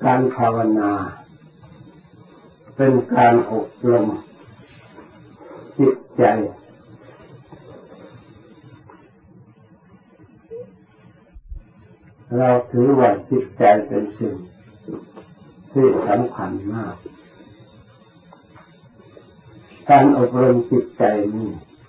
การภาวนาเป็นการอบรมจิตใจเราถือว่าจิตใจเป็นสิ่งที่สำคัญมากการอบรมจิตใจนี้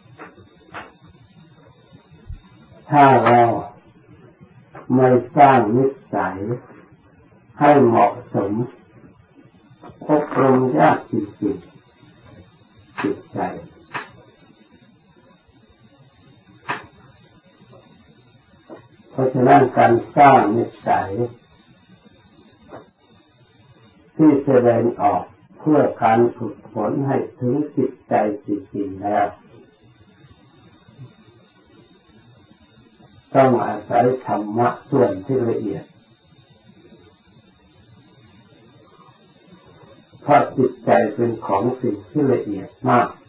ถ้าเราไม่สร้างนิสัยให้เหมาะสมอบรมยากจริงๆจิตใจเพราะฉะนั้นการสร้างนิสัยที่แสดงออกเพื่อการฝึกฝนให้ถึงจิตใจจริงๆแล้วต้องอาศัยธรรมะส่วนที่ละเอียดเพราะจิตใจเป็นของสิ่งที่ละเอียดมาก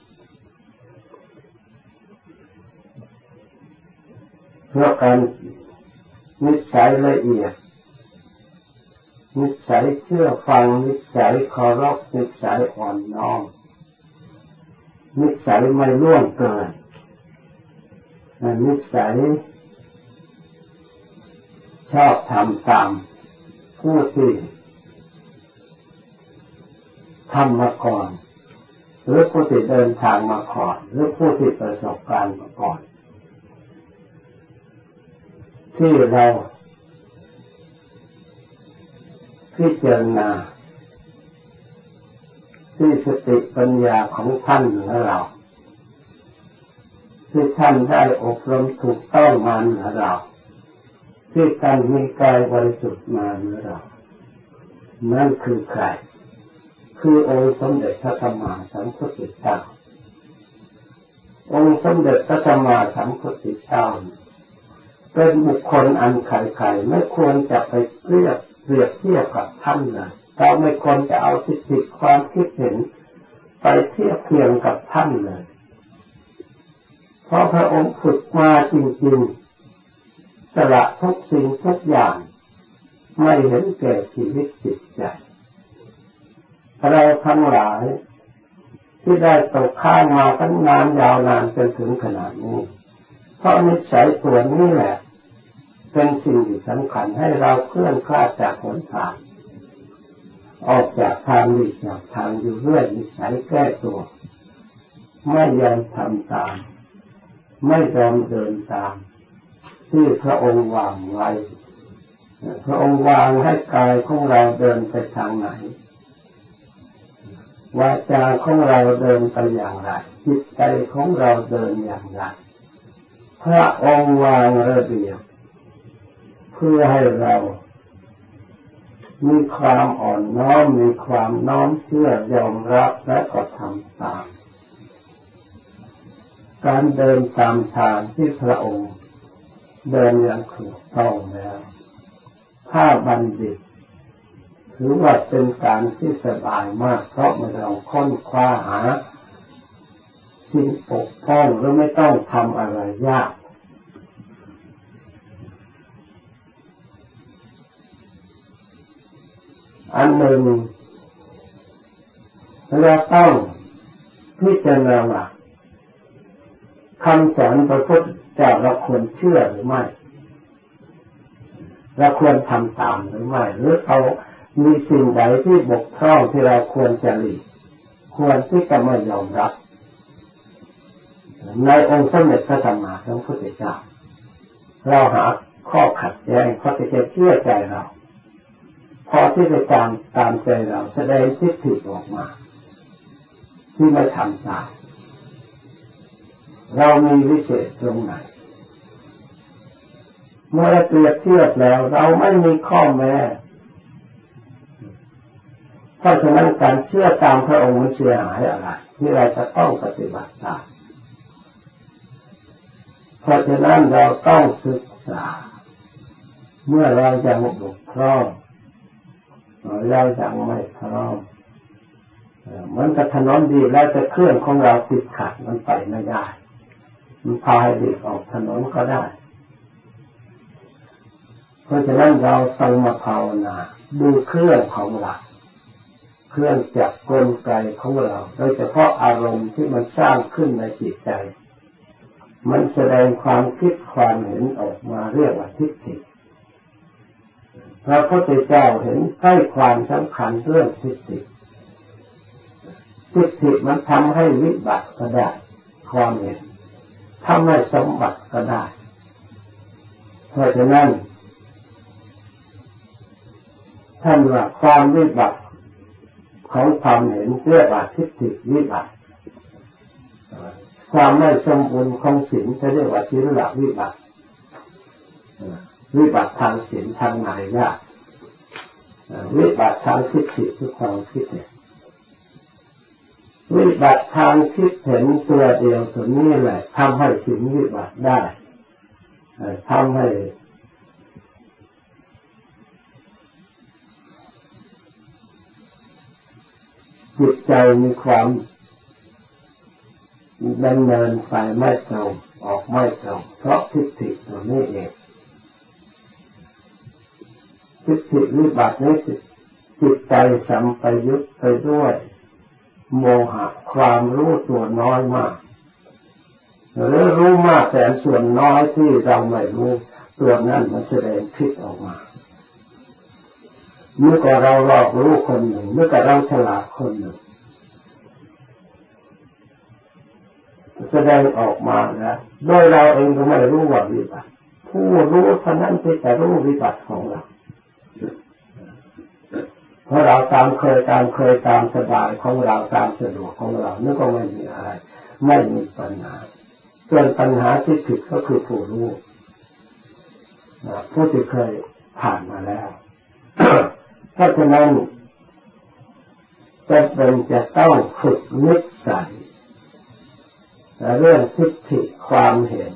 เพราะการนิสัยละเอียดนิสัยเชื่อฟังนิสัยเคารพนิสัยอ่อนน้อมนิสัยไม่ล่วงเกินนิสัยชอบทำตามผู้ที่ทำมาก่อนหรือผู้ที่เดินทางมาก่อนหรือผู้ที่ประสบการณ์มาก่อนที่เราพิจารณาที่สติปัญญาของท่านเหนือเราที่ท่านได้อบรมถูกต้องมาเหนือเราที่ท่านมีกายบริสุทธิ์มาเหนือเรานั่นคือใครคือองค์สมเด็จพระสัมมาสัมพุทธเจ้าองค์สมเด็จพระสัมมาสัมพุทธเจ้าเป็นบุคคลอันใครๆไม่ควรจะไปเปรียบเทียบกับท่านเลยเราไม่ควรจะเอาทิฏฐิความคิดเห็นไปเทียบเทียงกับท่านเลยเพราะพระองค์ฝึกมาจริงๆสละทุกสิ่งทุกอย่างไม่เห็นแก่ชีวิตจิตใจเราทั้งหลายที่ได้ตกข้ามมาตั้งนานยาวนานจนถึงขนาดนี้เพราะนิสัยตัวนี้แหละเป็นสิ่งที่สำคัญให้เราเคลื่อนคลาดจากหนทางออกจากทางดีจากทางอยู่เรื่อยนิสัยแก้ตัวไม่ยอมทำตามไม่ยอมเดินตามที่พระองค์วางไว้พระองค์วางให้กายของเราเดินไปทางไหนวาจาของเราเดินไปอย่างไรจิตใจของเราเดินอย่างไรพระองค์วางระเบียบเพื่อให้เรามีความอ่อนน้อมมีความน้อมเชื่อยอมรับและก็ทำตามการเดินตามทางที่พระองค์เดินอย่างถูกต้องแล้วถ้าบัณฑิตถือว่าเป็นการที่สบายมากเพราะไม่ต้องค้นคว้าหาสิ่งปกป้องหรือไม่ต้องทำอะไรยากอันหนึ่งเราต้องพิจารณาว่าคำสอนพระพุทธเจ้าเราควรเชื่อหรือไม่เราควรทำตามหรือไม่หรือเขามีสิ่งใดที่บกพร่องที่เราควรจะหลีกควรที่จะไม่ยอมรับในองค์สมเด็จพระสัมมาสัมพุทธเจ้าเราหาข้อขัดแย้งเขาจะเชื่อใจเราพอที่จะตามใจเราแสดงทิฏฐิออกมาที่ไม่ทำตามเรามีวิเศษตรงไหนเมื่อเปรียบเทียบแล้วเราไม่มีข้อแม้เพราะฉะนั้นการเชื่อตามพระองค์มันเสียหายอะไรที่เราจะต้องปฏิบัติตามเพราะฉะนั้นเราต้องศึกษาเมื่อเราจะบกพร่องเรายังไม่พร้อมเหมือนกับถนนดีแล้วแต่เครื่องของเราติดขัดมันไปไม่ได้มันพาให้เด็กออกถนนก็ได้เพราะฉะนั้นเราต้องมาภาวนาดูเครื่องของเราเครื่องจักรกลไกของเราโดยเฉพาะอารมณ์ที่มันสร้างขึ้นในจิตใจมันแสดงความคิดความเห็นออกมาเรียกว่าทิฏฐิพระพุทธเจ้าเห็นให้ความสำคัญเรื่องทิฏฐิทิฏฐิมันทำให้วิบัติก็ได้ความเห็นทำให้สมบัติก็ได้เพราะฉะนั้นท่านว่าความวิบัติของความเห็นเรียกว่าทิฏฐิวิบัติความไม่สมบูรณ์ของศีลจะเรียกว่าศีลวิบัติวิบัติทางศีลทางไหนยากวิบัติทางทิฏฐิคือความคิดเห็นวิบัติทางคิดเห็นตัวเดียวตัวนี้แหละทำให้ศีลวิบัติได้ทำให้จิตใจมีความดำเนินไปไม่ตรงออกไม่ตรงเพราะทิฏฐิตัวนี้เองทิฏฐิวิบัตินี้จิตใจสัมปยุตไปด้วยโมหะความรู้ตัวน้อยมากหรือรู้มากแต่ส่วนน้อยที่เราไม่รู้ตัวนั้นมันแสดงพิษออกมาเมื่อก่อนเรารอบรู้คนหนึ่งเมื่อก่อนเราฉลาดคนหนึ่งแสดงออกมาแล้วโดยเราเองก็ไม่รู้ว่าวิบัติผู้รู้เท่านั้นที่จะรู้วิบัติของเราเพราะเราตามเคยตามสบายของเราตามสะดวกของเรานั่นก็ไม่มีอะไรไม่มีปัญหาส่วนปัญหาที่ผิดก็คือผู้รู้ผู้ที่เคยผ่านมาแล้ว เพราะฉะนั้นจะต้องฝึกนิสัยเรื่องทิฏฐิความเห็น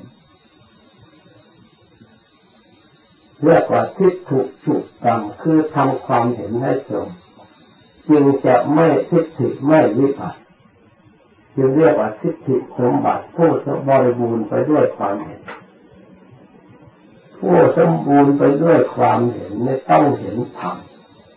เรียกว่าทิฏฐุจุกรรมคือทำความเห็นให้ตรงจึงจะไม่ทิฏฐิไม่วิบัติจึงเรียกว่าทิฏฐิสมบัติผู้บริบูรณ์ไปด้วยความเห็นผู้สมบูรณ์ไปด้วยความเห็นไม่ต้องเห็นธรรม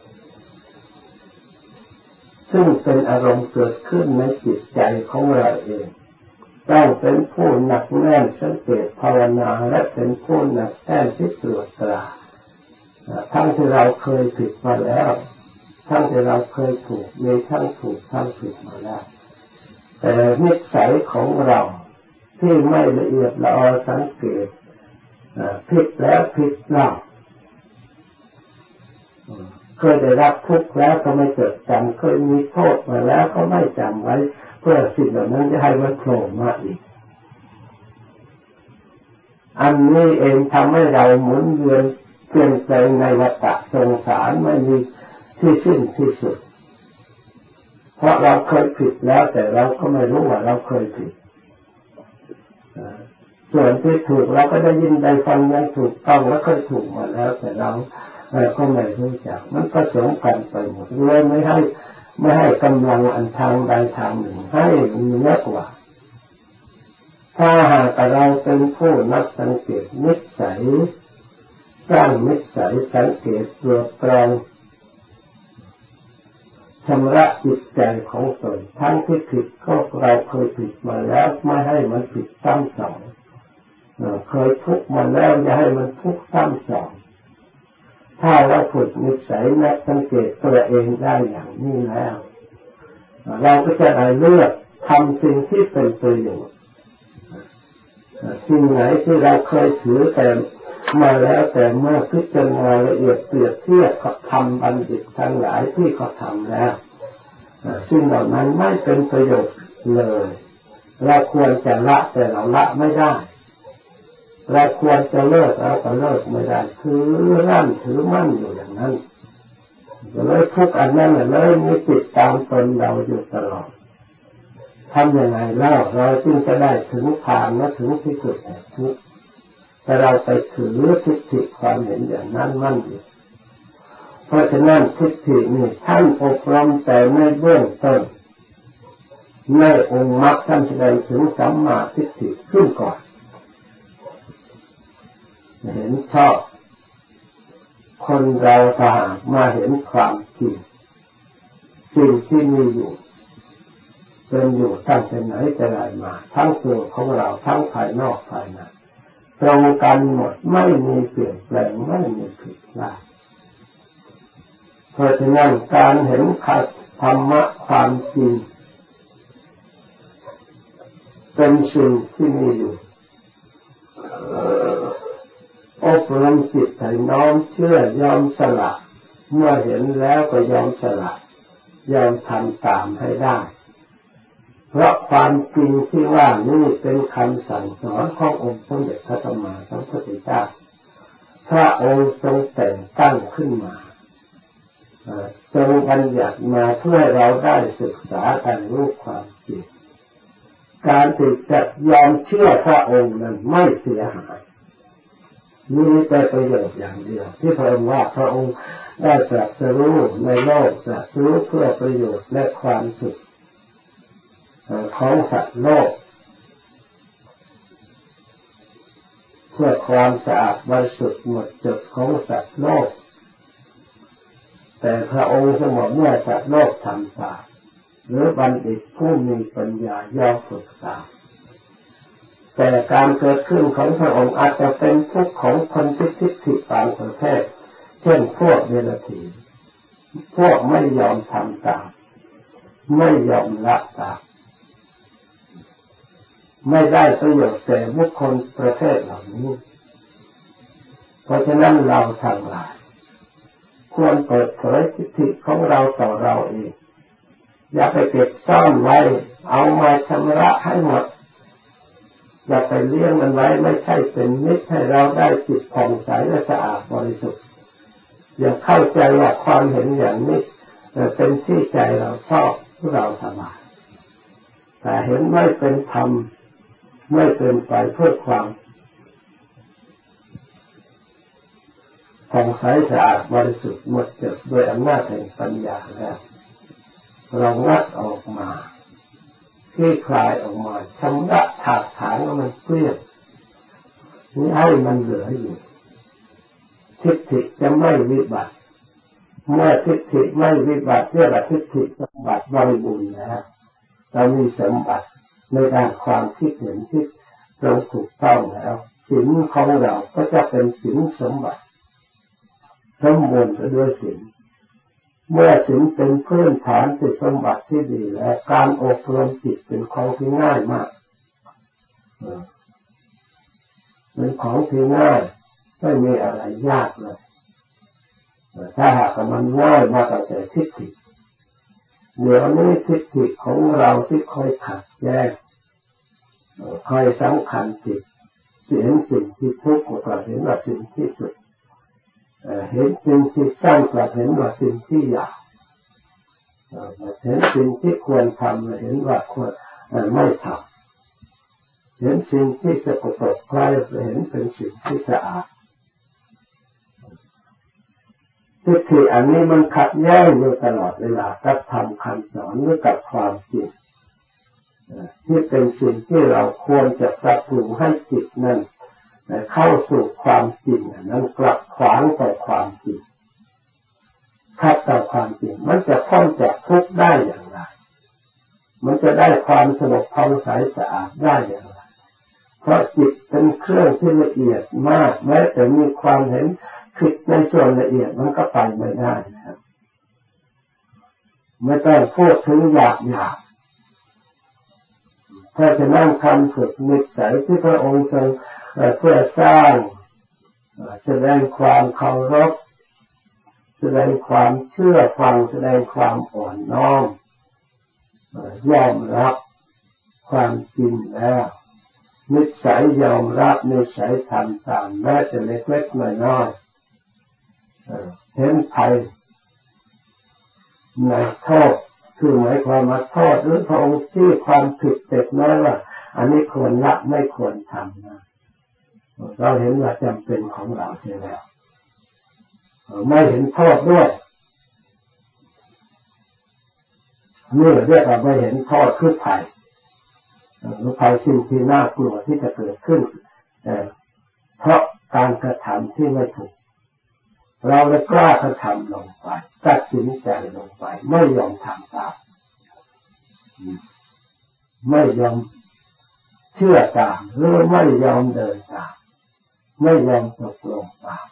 ซึ่งเป็นอารมณ์เกิดขึ้นในจิตใจของเราเองต้องเป็นผู้หนักแน่นสังเกตภาวนาและเป็นผู้หนักแน่นที่ตรวจตราทั้งที่เราเคยผิดมาแล้วทั้งที่เราเคยถูกมีทั้งถูกทั้งผิดมาแล้วแต่นิสัยของเราที่ไม่ละเอียดละออสังเกตผิดแล้วผิดเล่าเคยได้รับทุกข์แล้วก็ไม่เกิดจำเคยมีโทษมาแล้วก็ไม่จำไว้เพื่อสิ่งเหล่านั้นจะให้มันโผล่มาอีกอันนี้เองทำให้เราหมุนเวียนเปลี่ยนแปลงในวัฏสงสารไม่มีที่สิ้นที่สุดเพราะเราเคยผิดแล้วแต่เราก็ไม่รู้ว่าเราเคยผิดส่วนที่ถูกเราก็ได้ยินได้ฟังยังถูกต้องแล้วเคยถูกมาแล้วแต่เราก็ไม่รู้จักมันก็สมกันไปหมดเลยไม่ให้กำลังอันทางใดทางหนึ่งให้มีเยอะกว่าถ้าหากเราเป็นผู้นักสังเกตนิสัยสร้างนิสัยสังเกตตัวแปรชำระจิตใจของตนทั้งที่ผิดก็เราเคยผิดมาแล้วไม่ให้มันผิดซ้ำสองเคยทุกข์มาแล้วอย่าให้มันทุกข์ซ้ำสองถ้าเราฝึกนิสัยนักสังเกตตัวเองได้อย่างนี้แล้วเราก็จะได้เลือกทำสิ่งที่เป็นประโยชน์สิ่งไหนที่เราเคยถือแต่มาแล้วแต่เมื่อพิจารณาละเอียดเปรียบเทียบกับธรรมบัณฑิตทั้งหลายที่เขาทำแล้วสิ่งเหล่านั้นไม่เป็นประโยชน์เลยเราควรจะละแต่เราละไม่ได้เราควรจะเลิกเราก็เลิกไม่ได้ถือรั้นถือมั่นอยู่อย่างนั้นเลยทุกอันนั้นเลยมีจิตตามตนเราอยู่ตลอดทำยังไงเล่าเราจึงจะได้ถึงทางและถึงที่สุดแห่งทุกข์แต่เราไปถือทิฏฐิความเห็นอย่างนั้นมั่นอยู่เพราะฉะนั้นทิฏฐินี่ท่านอบรมแต่ในเบื้องต้นในองค์มรรคท่านแสดงถึงสัมมาทิฏฐิขึ้นก่อนเห็นชอบคนเราถ้าหากมาเห็นความจริงสิ่งที่มีอยู่เป็นอยู่ตั้งแต่ไหนแต่ไรมาทั้งตัวของเราทั้งภายนอกภายในตรงกันหมดไม่มีเปลี่ยนแปลงไม่มีผิดพลาดเพราะฉะนั้นการเห็นธรรมะความจริงเป็นสิ่งที่มีอยู่อบรมจิตให้น้อมเชื่อยอมสละเมื่อเห็นแล้วก็ยอมสละยอมทำตามให้ได้เพราะความจริงที่ว่านี่เป็นคำสั่งสอนขององค์สมเด็จพระสัมมาสัมพุทธเจ้าพระองค์ทรงแต่งตั้งขึ้นมาทรงบัญญัติมาเพื่อเราได้ศึกษาการรู้ความจริงการที่จะยอมเชื่อพระองค์นั้นไม่เสียหายมีแต่ประโยชน์อย่างเดียวที่พระองค์ว่าพระองค์ได้ตรัสรู้ในโลกตรัสรู้เพื่อประโยชน์และความสุขของสัตว์โลกเพื่อความสะอาดบริสุทธิ์หมดจดของสัตว์โลกแต่พระองค์สมมติเมื่อสัตว์โลกทำตามหรือบัณฑิตผู้มีปัญญาย่อมฝึกตามแต่การเกิดขึ้นของพระองค์อาจจะเป็นทุกข์ของคนที่ทิฏฐิบางประเภทเช่นพวกเดรัจฉีพวกไม่ยอมทำตามไม่ยอมละตามไม่ได้ประโยชน์แต่บุคคลประเภทเหล่านี้เพราะฉะนั้นเราทั้งหลายควรเปิดเผยทิฏฐิของเราต่อเราเองอย่าไปเก็บซ่อนไว้เอามาชำระให้หมดอย่าไปเลี้ยงมันไว้ไม่ใช่เป็นมิตรให้เราได้จิตผ่องใสและสะอาดบริสุทธิ์อย่าเข้าใจว่าความเห็นอย่างนี้เป็นที่ใจเราชอบเราสบายแต่เห็นไม่เป็นธรรมไม่เป็นไปเพื่อความผ่องใสสะอาดบริสุทธิ์หมดจดโดยอำนาจแห่งปัญญาแล้วเรางัดออกมาคลี่คลายออกมาชำระถากถางมันเกลี้ยงนี่ให้มันเหลืออยู่ทิฏฐิจะไม่วิบัติเมื่อทิฏฐิไม่วิบัติเรียกว่าทิฏฐิสมบัติบริบูรณ์แล้วเรามีสมบัติในด้านความคิดเห็นที่ตรงถูกต้องแล้วศีลของเราก็จะเป็นศีลสมบัติสมบูรณ์ไปด้วยศีลเมื่อศีลเป็นพื้นฐานที่สมบัติที่ดีแล้วการอบรมจิตเป็นของที่ง่ายมากเป็นของที่ง่ายไม่มีอะไรยากเลยถ้าหากมันง่ายมาตั้งแต่ทิฏฐิเดี๋ยวนี้ทิฏฐิของเราที่คอยขัดแย้งคอยสำคัญจิตเห็นสิ่งที่ทุกข์ก็เห็นว่าสิ่งที่สุดเห็นสิ่งที่สร้างก็เห็นว่าสิ่งที่อยากเห็นสิ่งที่ควรทำเห็นว่าควรไม่ทำเห็นสิ่งที่สกปรกใกล้เห็นเป็นสิ่งที่สะอาดทิฏฐิอันนี้มันขัดแย้งอยู่ตลอดเวลากับธรรมคำสอนหรือกับความจริงที่เป็นสิ่งที่เราควรจะปรับปรุงให้จิตนั้นเข้าสู่ความจริงนั้นกลับขวางต่อความจริงขัดต่อความจริงมันจะพ้นจากทุกข์ได้อย่างไรมันจะได้ความสงบผ่องใสสะอาดได้อย่างไรเพราะจิตเป็นเครื่องที่ละเอียดมากแม้แต่มีความเห็นผิดในส่วนละเอียดมันก็ไปไม่ได้นะครับไม่ต้องพูดถึงหยาบเพราะฉะนั้นคำฝึกนิสัยที่พระองค์ทรงเพื่อสร้างแสดงความเคารพแสดงความเชื่อฟังแสดงความอ่อนน้อมยอมรับความจริงแล้วนิสัยยอมรับนิสัยทำตามแม้แต่เล็กๆน้อยๆเห็นภัยในโทษคือหมายความว่าโทษหรือพระองค์ชี้ความผิดเด็กน้อยว่าอันนี้ควรละไม่ควรทำนะเราเห็นว่าจำเป็นของเราใช่แล้วไม่เห็นโทษด้วยนี่เรียกว่าไม่เห็นโทษคือภัยหรือภัยสิ่งที่น่ากลัวที่จะเกิดขึ้นเพราะการกระทำที่ไม่ถูกเราเลยกล้ากระทำลงไปตัดสินใจลงไปไม่ยอมทำตามไม่ยอมเชื่อตามหรือไม่ยอมเดินตามไม่ยอมตกลงตาม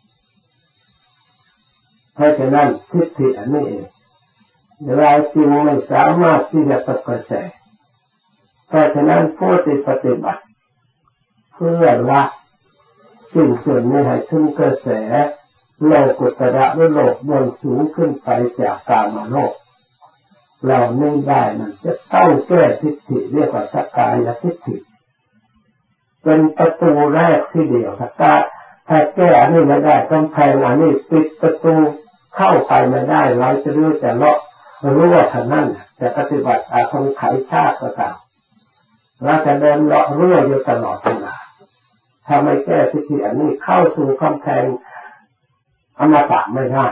เพราะฉะนั้นทิฏฐิอันนี้เองเราจึงไม่สามารถที่จะตกกระแสเพราะฉะนั้นผู้ที่ปฏิบัติเพื่อละสิ่งส่วนนี้ให้ถึงกระแสโลกุตระหรือโลกเบื้องสูงขึ้นไปจากกามโลกเราไม่ได้มันจะต้องแก้ทิฏฐิเรียกว่าสักกายทิฏฐิเป็นประตูแรกที่เดียวถ้าแก้อันนี้ไม่ได้กำแพงอันนี้ปิดประตูเข้าไปไม่ได้เราจะรู้จะเลาะรู้ว่าท่านนั้นจะปฏิบัติอาคงไขชาติก็ตามเราจะเดินเลาะรู้อยู่ตลอดเวลาถ้าไม่แก้ทิฏฐิอันนี้เข้าสู่กำแพงอมตะไม่ได้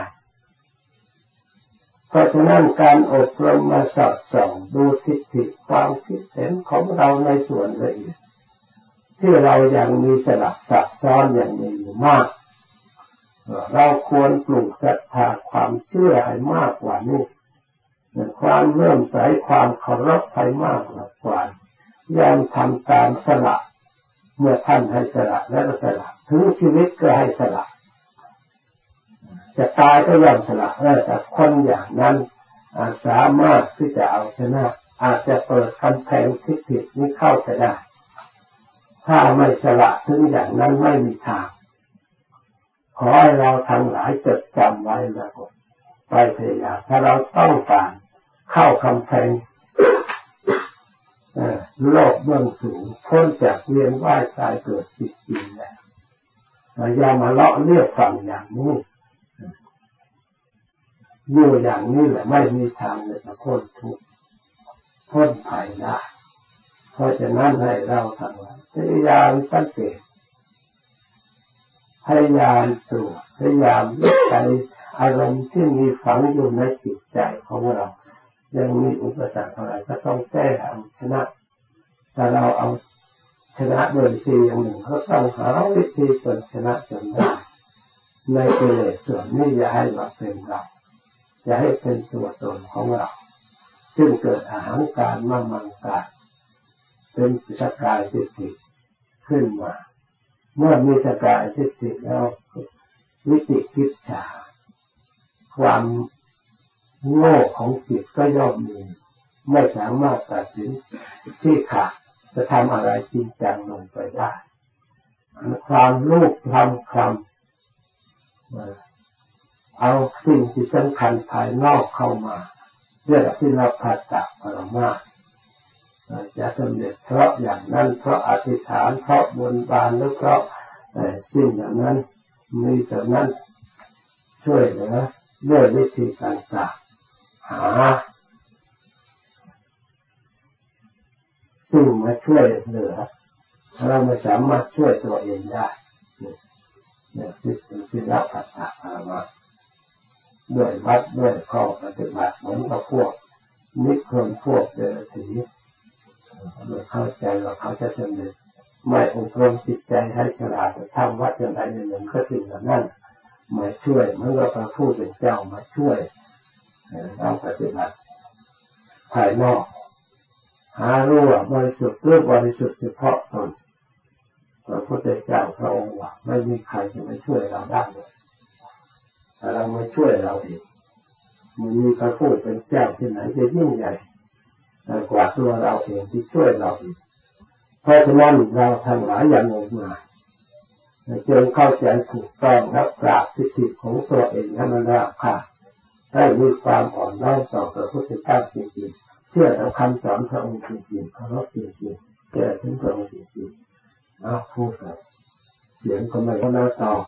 เพราะฉะนั้นการอบรมมาสอดส่องดูทิฏฐิความคิดเห็นของเราในส่วนละเอียดที่เรายังมีสลับซับซ้อนอย่างนี้อยู่มากเราควรปลูกศรัทธาความเชื่อให้มากกว่านี้ความเลื่อมใสความเคารพให้มากกว่ายอมทำตามสละเมื่อท่านให้สละแล้วก็สละถึงชีวิตก็ให้สละจะตายก็ยอมสละแต่คนอย่างนั้นสามารถที่จะเอาชนะอาจจะเปิดกำแพงทิฏฐินี้เข้าไปได้ถ้าไม่สละถึงอย่างนั้นไม่มีทางขอให้เราทั้งหลายจดจำไว้แล้วก็ไปพยายามถ้าเราต้องการเข้ากำแพงโลกเบื้องสูงพ้นจากเวียนว่ายตายเกิดจริงๆแล้วอย่ามาเลาะเลียบฝั่งอย่างนี้อยู่อย่างนี้แหละไม่มีทางจะพ้นทุกข์พ้นภัยได้เพราะฉะนั้นให้เราทั้งหลายพยายามสังเกตพยายามตรวจพยายามวิจัยอารมณ์ที่มีฝังอยู่ในจิตใจของเรายังมีอุปสรรคอะไรก็ต้องแก้เอาชนะถ้าเราเอาชนะโดยวิธีอย่างหนึ่งก็ต้องหาวิธีจนชนะจนได้ในกิเลสส่วนนี้อย่าให้เราเป็นเราอย่าให้เป็นตัวตนของเราซึ่งเกิดอาหารการมั่งมั่งการเป็นสกายทิฏฐิขึ้นมาเมื่อมีสกายทิฏฐิแล้ววิจิกิจฉาความโง่ของจิตก็ย่อมมีไม่สามารถตัดสินที่ขาดจะทำอะไรจริงจังลงไปได้ความลูกทำคำเอาสิ่งที่สำคัญภายนอกเข้ามาเรียกที่เราผัดตักปรมาจะสำเร็จเพราะอย่างนั้นเพราะอธิษฐานเพราะบนบานหรือเพราะสิ่งอย่างนั้นมีแต่นั้นช่วยเหลือด้วยวิธีต่างๆหาสิ่งมาช่วยเหลือเราไม่สามารถช่วยตัวเองได้เนี่ยที่เราผัดตักปรมาด้วยวัดด้วยข้อปฏิบัติเหมือนกับพวกนิครนพวกเดรัจฉีเราเข้าใจว่าเขาจะสำเร็จไม่อบรมจิตใจให้ฉลาดทำวัดอย่างไรอย่างหนึ่งก็สิ่งนั้นมาช่วยเมื่อเราพระผู้เป็นเจ้ามาช่วยเราปฏิบัติภายนอกหารู้ว่าบริสุทธิ์หรือบริสุทธิ์เฉพาะตนพระพุทธเจ้าพระองค์ว่าไม่มีใครจะมาช่วยเราได้เลยแต่เราไม่ช่วยเราเองมันมีพระผู้เป็นเจ้าที่ไหนจะยิ่งใหญ่กว่าตัวเราเองที่ช่วยเราเองเพราะฉะนั้นเราทั้งหลายอย่างงมงายจงเข้าใจถูกต้องและปราบทิฏฐิของตัวเองให้มันราบคาบให้มีความอ่อนน้อมต่อพระพุทธเจ้าจริงๆเชื่อในคำสอนพระองค์จริงๆเคารพจริงๆเชื่อถึงพระองค์จริงๆพูดเสียงก็ไม่ก็น่าต่อ